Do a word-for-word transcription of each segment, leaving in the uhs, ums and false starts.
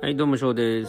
はい、どうも、翔です。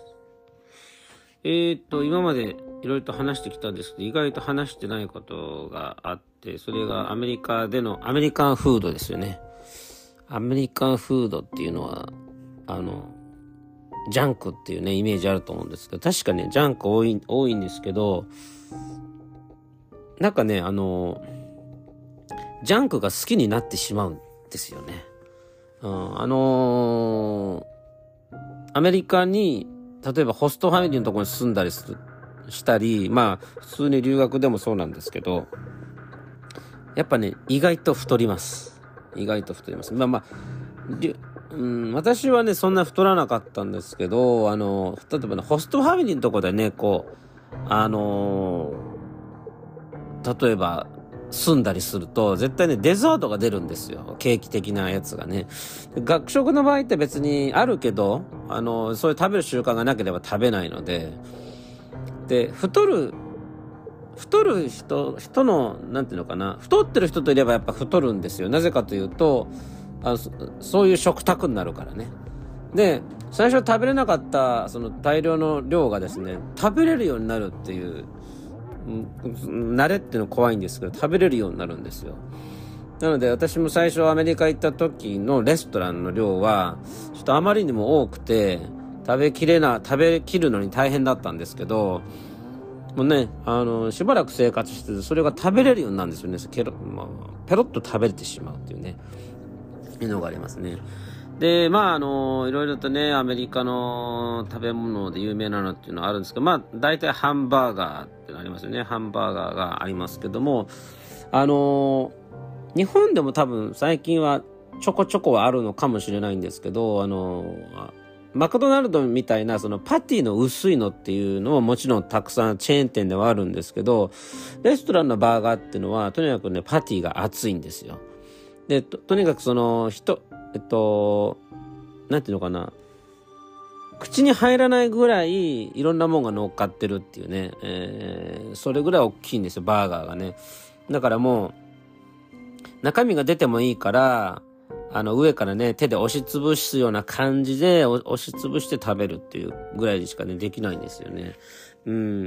えーっと、今までいろいろと話してきたんですけど、意外と話してないことがあって、それがアメリカでのアメリカンフードですよね。アメリカンフードっていうのは、あの、ジャンクっていうね、イメージあると思うんですけど、確かね、ジャンク多い、多いんですけど、なんかね、あの、ジャンクが好きになってしまうんですよね。うん、あのーアメリカに例えばホストファミリーのところに住んだりするしたり、まあ普通に留学でもそうなんですけど、やっぱね意外と太ります意外と太りますまあまあ、うん、私はねそんな太らなかったんですけど、あの例えばねホストファミリーのところでねこうあのー、例えば住んだりすると絶対ねデザートが出るんですよ。ケーキ的なやつがね。学食の場合って別にあるけど、あのそういう食べる習慣がなければ食べないので、で太る太る人人のなんていうのかな、太ってる人といればやっぱ太るんですよ。なぜかというとあ そ, そういう食卓になるからね。で最初食べれなかったその大量の量がですね食べれるようになるっていう慣れっていうの怖いんですけど、食べれるようになるんですよ。なので私も最初アメリカ行った時のレストランの量はちょっとあまりにも多くて食べきれな食べきるのに大変だったんですけど、もうねあのしばらく生活してそれが食べれるようになるんですよね。ケロ、まあ、ペロッと食べれてしまうっていうねいうのがありますね。でまああのいろいろとねアメリカの食べ物で有名なのっていうのはあるんですけど、まあ大体ハンバーガーってのありますよね。ハンバーガーがありますけども、あの日本でも多分最近はちょこちょこはあるのかもしれないんですけど、あのマクドナルドみたいなそのパティの薄いのっていうのももちろんたくさんチェーン店ではあるんですけど、レストランのバーガーっていうのはとにかくねパティが厚いんですよ。で と, とにかくその人えっとなんていうのかな、口に入らないぐらいいろんなもんが乗っかってるっていうね、えー、それぐらい大きいんですよバーガーがね。だからもう中身が出てもいいからあの上からね手で押しつぶすような感じで押しつぶして食べるっていうぐらいしかねできないんですよね。うん、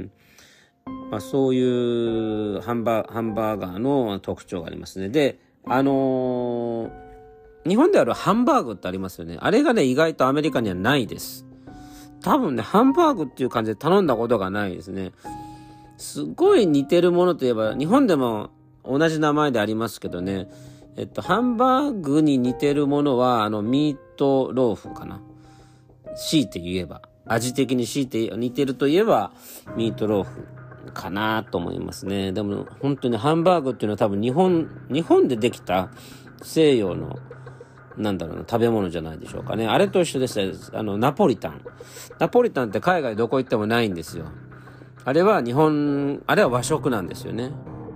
まあ、そういうハンバー、ハンバーガーの特徴がありますね。であのー日本であるハンバーグってありますよね。あれがね意外とアメリカにはないです。多分ねハンバーグっていう感じで頼んだことがないですね。すごい似てるものといえば日本でも同じ名前でありますけどね、えっとハンバーグに似てるものはあのミートローフかな。強いて言えば味的に強いて似てるといえばミートローフかなと思いますね。でも本当にハンバーグっていうのは多分日本日本でできた西洋のなんだろうな食べ物じゃないでしょうかね。あれと一緒ですね。あのナポリタンナポリタンって海外どこ行ってもないんですよ。あれは日本あれは和食なんですよね。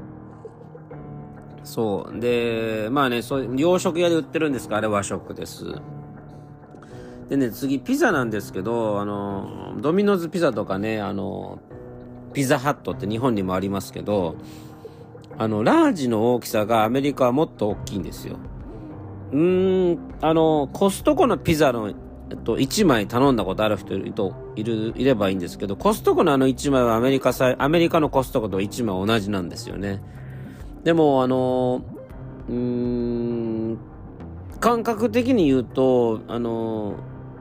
そうでまあねそういう洋食屋で売ってるんですがあれ和食です。でね次ピザなんですけど、あのドミノズピザとかねあのピザハットって日本にもありますけど、あのラージの大きさがアメリカはもっと大きいんですよ。うーんあのコストコのピザの、えっと、いちまい頼んだことある人いるといるいればいいんですけど、コストコのあのいちまいはアメリカさアメリカのコストコといちまい同じなんですよね。でもあのうーん感覚的に言うとあの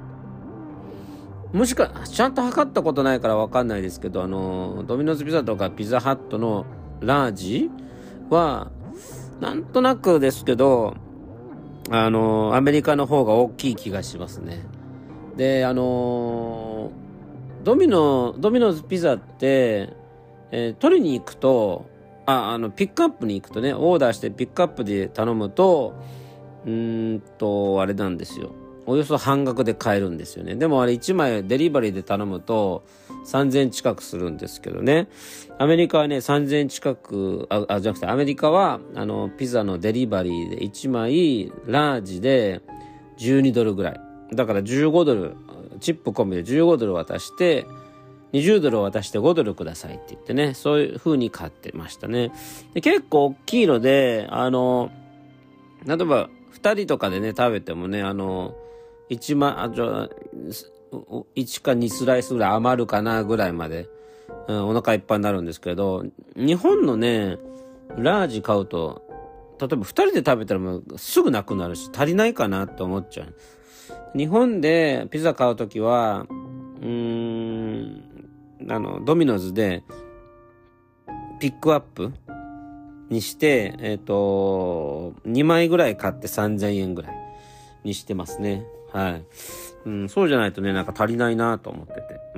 もしかちゃんと測ったことないから分かんないですけど、あのドミノズピザとかピザハットのラージはなんとなくですけどあのアメリカの方が大きい気がしますね。であのドミノドミノズピザって、えー、取りに行くとああのピックアップに行くとねオーダーしてピックアップで頼むとうーんとあれなんですよ、およそ半額で買えるんですよね。でもあれいちまいデリバリーで頼むとさんぜん近くするんですけどね。アメリカはねさんぜん近く あ, あじゃなくてアメリカはあのピザのデリバリーでいちまいラージでじゅうにドルぐらいだからじゅうごドルチップ込みでじゅうごドル渡してにじゅうドル渡してごドルくださいって言ってね、そういう風に買ってましたね。で結構大きいのであの例えばふたりとかでね食べてもねあのいちまいあじゃいちかにスライスぐらい余るかなぐらいまで、うん、お腹いっぱいになるんですけど、日本のね、ラージ買うと、例えばふたりで食べたらもうすぐなくなるし、足りないかなって思っちゃう。日本でピザ買うときは、うーん、あの、ドミノズでピックアップにして、えっと、にまいぐらい買ってさんぜんえんぐらいにしてますね。はい。うん、そうじゃないとね、なんか足りないなと思ってて。うん。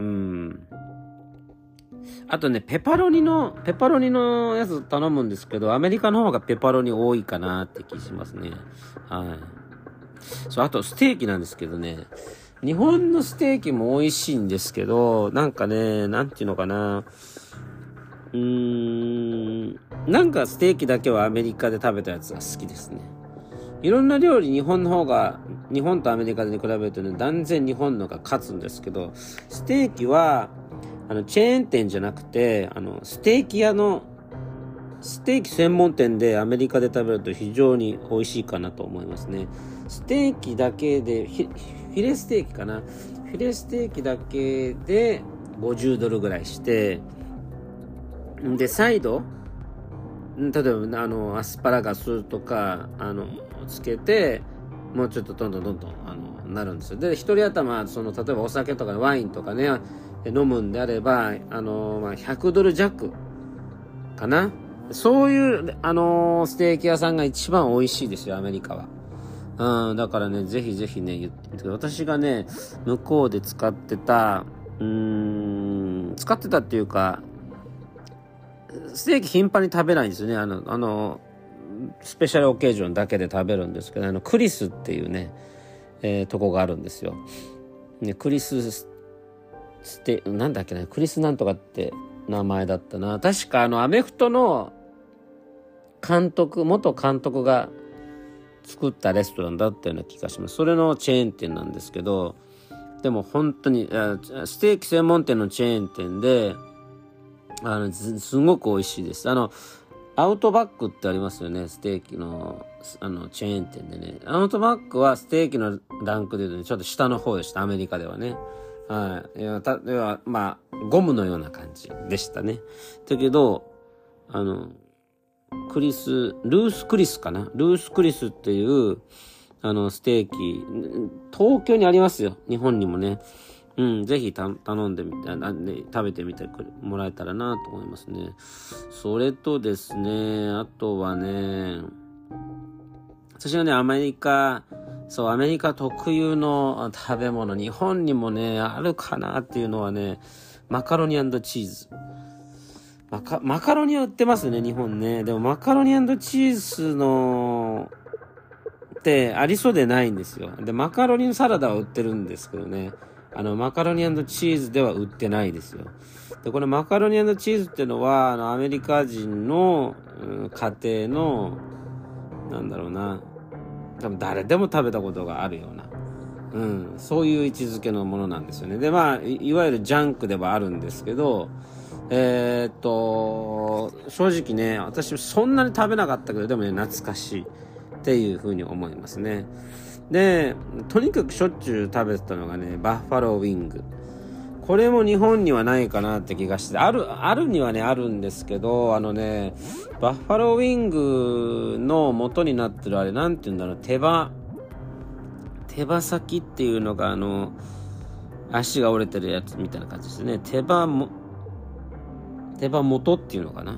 あとね、ペパロニの、ペパロニのやつ頼むんですけど、アメリカの方がペパロニ多いかなって気しますね。はい。そう、あとステーキなんですけどね、日本のステーキも美味しいんですけど、なんかね、なんていうのかな、うーん、なんかステーキだけはアメリカで食べたやつが好きですね。いろんな料理日本の方が、日本とアメリカで比べるとね、断然日本のが勝つんですけど、ステーキは、あの、チェーン店じゃなくて、あの、ステーキ屋の、ステーキ専門店でアメリカで食べると非常に美味しいかなと思いますね。ステーキだけで、フィレステーキかな。フィレステーキだけでごじゅうドルぐらいして、で、サイド、例えば、あの、アスパラガスとか、あの、つけて、もうちょっとどんどんどんどん、あの、なるんですよ。で、一人頭、その、例えばお酒とかワインとかね、飲むんであれば、あの、まあ、ひゃくドル弱かな。そういう、あのー、ステーキ屋さんが一番美味しいですよ、アメリカは。うん、だからね、ぜひぜひね、言ってみてください。私がね、向こうで使ってた、うーん、使ってたっていうか、ステーキ頻繁に食べないんですよね。あの、あの、スペシャルオケージョンだけで食べるんですけど、あの、クリスっていうね、えー、とこがあるんですよ。ね、クリスステ、なんだっけな、クリスなんとかって名前だったな。確かあの、アメフトの監督、元監督が作ったレストランだったような気がします。それのチェーン店なんですけど、でも本当に、ステーキ専門店のチェーン店で、あの、すごく美味しいです。あの、アウトバックってありますよね。ステーキの、あの、チェーン店でね。アウトバックはステーキのランクで言うとね、ちょっと下の方でした。アメリカではね。はい。いや、た、では、まあ、ゴムのような感じでしたね。だけど、あの、クリス、ルースクリスかなルースクリスっていう、あの、ステーキ、東京にありますよ。日本にもね。うん、ぜひた頼んでみて、ね、食べてみてもらえたらなと思いますね。それとですね、あとはね、私はね、アメリカ、そう、アメリカ特有の食べ物、日本にもね、あるかなっていうのはね、マカロニ&チーズ。マカ、マカロニは売ってますね、日本ね。でもマカロニ&チーズの、ってありそうでないんですよ。で、マカロニサラダは売ってるんですけどね。あの、マカロニ&チーズでは売ってないですよ。で、このマカロニ&チーズっていうのは、あの、アメリカ人の、うん、家庭の、なんだろうな、多分誰でも食べたことがあるような、うん、そういう位置づけのものなんですよね。で、まあ、い, いわゆるジャンクではあるんですけど、えー、っと、正直ね、私そんなに食べなかったけど、でもね、懐かしいっていうふうに思いますね。で、とにかくしょっちゅう食べてたのがね、バッファローウィング。これも日本にはないかなって気がして、ある、あるにはね、あるんですけど、あのね、バッファローウィングの元になってるあれ、なんて言うんだろう、手羽、手羽先っていうのが、あの、足が折れてるやつみたいな感じですね。手羽も、手羽元っていうのかな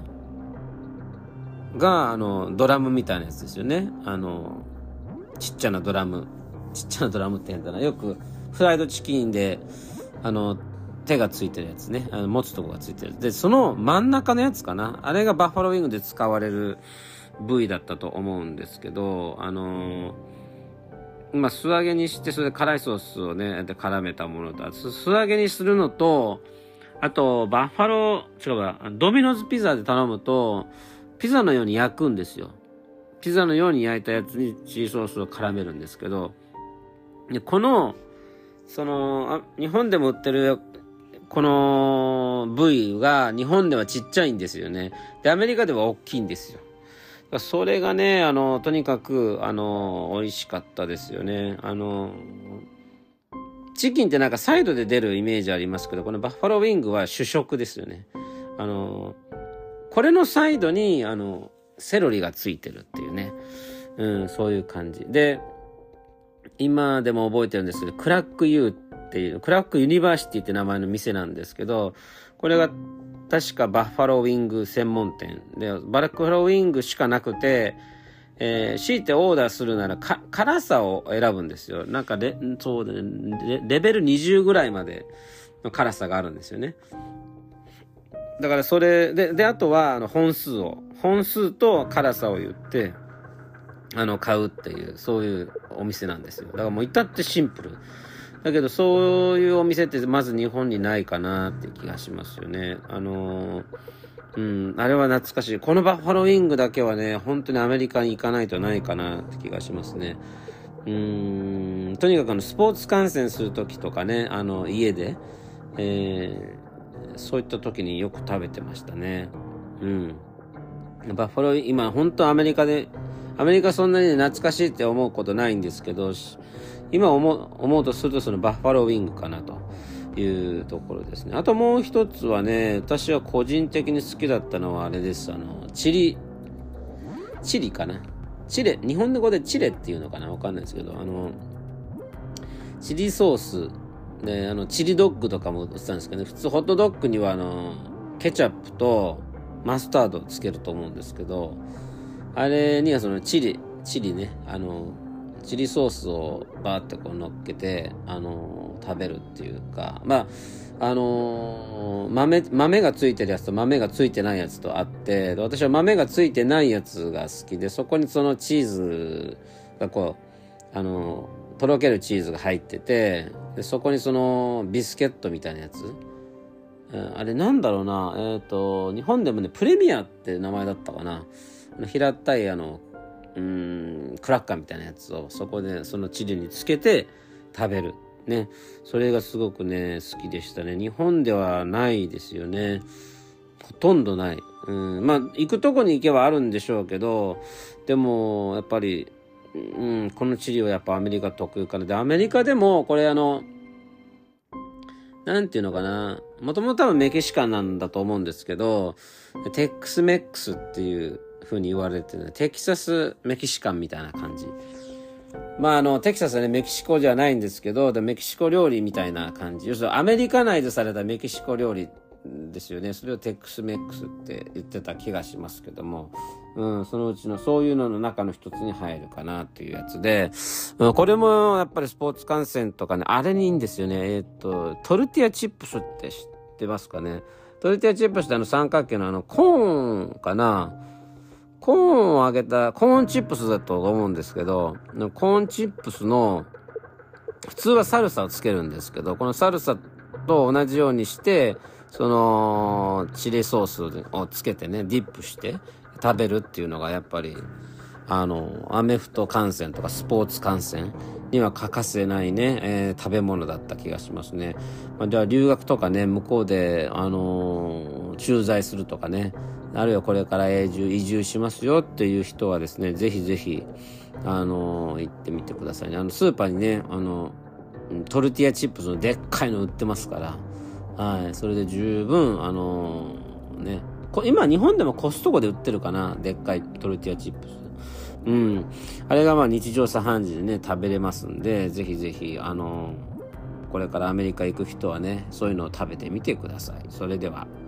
が、あの、ドラムみたいなやつですよね。あの、ちっちゃなドラム。ちっちゃなドラムって言うんだな。よく、フライドチキンで、あの、手がついてるやつね。あの持つとこがついてる。で、その真ん中のやつかな。あれがバッファローウィングで使われる部位だったと思うんですけど、あのー、まあ、素揚げにして、それで辛いソースをね、で絡めたものと、素揚げにするのと、あと、バッファロー、違うわ、ドミノズピザで頼むと、ピザのように焼くんですよ。ピザのように焼いたやつにチリソースを絡めるんですけど、でこの、その、日本でも売ってる、この部位が日本ではちっちゃいんですよね。で、アメリカでは大きいんですよ。それがね、あの、とにかく、あの、美味しかったですよね。あの、 チキンってなんかサイドで出るイメージありますけど、このバッファローウィングは主食ですよね。あの、これのサイドに、あの、セロリがついてるっていうね。うん、そういう感じ。で、今でも覚えてるんですけど、クラック U っていう、クラックユニバーシティって名前の店なんですけど、これが確かバッファローウィング専門店で、バッファローウィングしかなくて、えー、強いてオーダーするならか辛さを選ぶんですよ。なんかレ、そうだね、レ、レベルにじゅうぐらいまでの辛さがあるんですよね。だからそれで、で、あとはあの本数を、本数と辛さを言って、あの、買うっていう、そういうお店なんですよ。だからもう至ってシンプル。だけど、そういうお店ってまず日本にないかなって気がしますよね。あのー、うん、あれは懐かしい。このバッファローウィングだけはね、本当にアメリカに行かないとないかなって気がしますね。うーん、とにかくあの、スポーツ観戦するときとかね、あの、家で、えー、そういった時によく食べてましたね。うん。バッファロー、今本当アメリカで、アメリカそんなに懐かしいって思うことないんですけど、今思う、思うとするとそのバッファローウィングかなというところですね。あともう一つはね、私は個人的に好きだったのはあれです。あの、チリ、チリかな。チレ、日本語でチレっていうのかなわかんないですけど、あの、チリソースで、あの、チリドッグとかも売ってたんですけどね、普通ホットドッグにはあの、ケチャップとマスタードをつけると思うんですけど、あれにはそのチリ、チリね、あの、チリソースをバーってこう乗っけて、あの、食べるっていうか、まあ、あのー、豆、豆がついてるやつと豆がついてないやつとあって、私は豆がついてないやつが好きで、そこにそのチーズがこう、あのー、とろけるチーズが入ってて、でそこにそのビスケットみたいなやつ、えー、あれなんだろうな、えっと、日本でもね、プレミアって名前だったかな。平たいあの、うーん、クラッカーみたいなやつをそこでそのチリにつけて食べる。ね。それがすごくね、好きでしたね。日本ではないですよね。ほとんどない。うん、まあ、行くとこに行けばあるんでしょうけど、でも、やっぱり、うん、このチリはやっぱアメリカ特有かな。で、アメリカでも、これあの、なんていうのかな。もともと多分メキシカンなんだと思うんですけど、テックスメックスっていう風に言われてる、ね、テキサスメキシカンみたいな感じ。まああの、テキサスはね、メキシコじゃないんですけど、メキシコ料理みたいな感じ。要するにアメリカナイズされたメキシコ料理ですよね。それをテックスメックスって言ってた気がしますけども、うん、そのうちのそういうのの中の一つに入るかなっていうやつで、うん、これもやっぱりスポーツ観戦とかね、あれにいいんですよね。えっと、トルティアチップスって知ってますかね。トルティアチップスってあの三角形のあのコーンかな。コーンを揚げた、コーンチップスだと思うんですけど、コーンチップスの、普通はサルサをつけるんですけど、このサルサと同じようにして、その、チリソースをつけてね、ディップして食べるっていうのがやっぱり、あの、アメフト観戦とかスポーツ観戦には欠かせないね、えー、食べ物だった気がしますね。まあ、では留学とかね、向こうで、あのー、駐在するとかね、あるいはこれから永住、移住しますよっていう人はですね、ぜひぜひ、あのー、行ってみてくださいね。あの、スーパーにね、あの、トルティアチップスのでっかいの売ってますから、はい、それで十分、あのー、ね、今日本でもコストコで売ってるかな、でっかいトルティアチップス。うん。あれがまあ日常茶飯事でね、食べれますんで、ぜひぜひ、あのー、これからアメリカ行く人はね、そういうのを食べてみてください。それでは。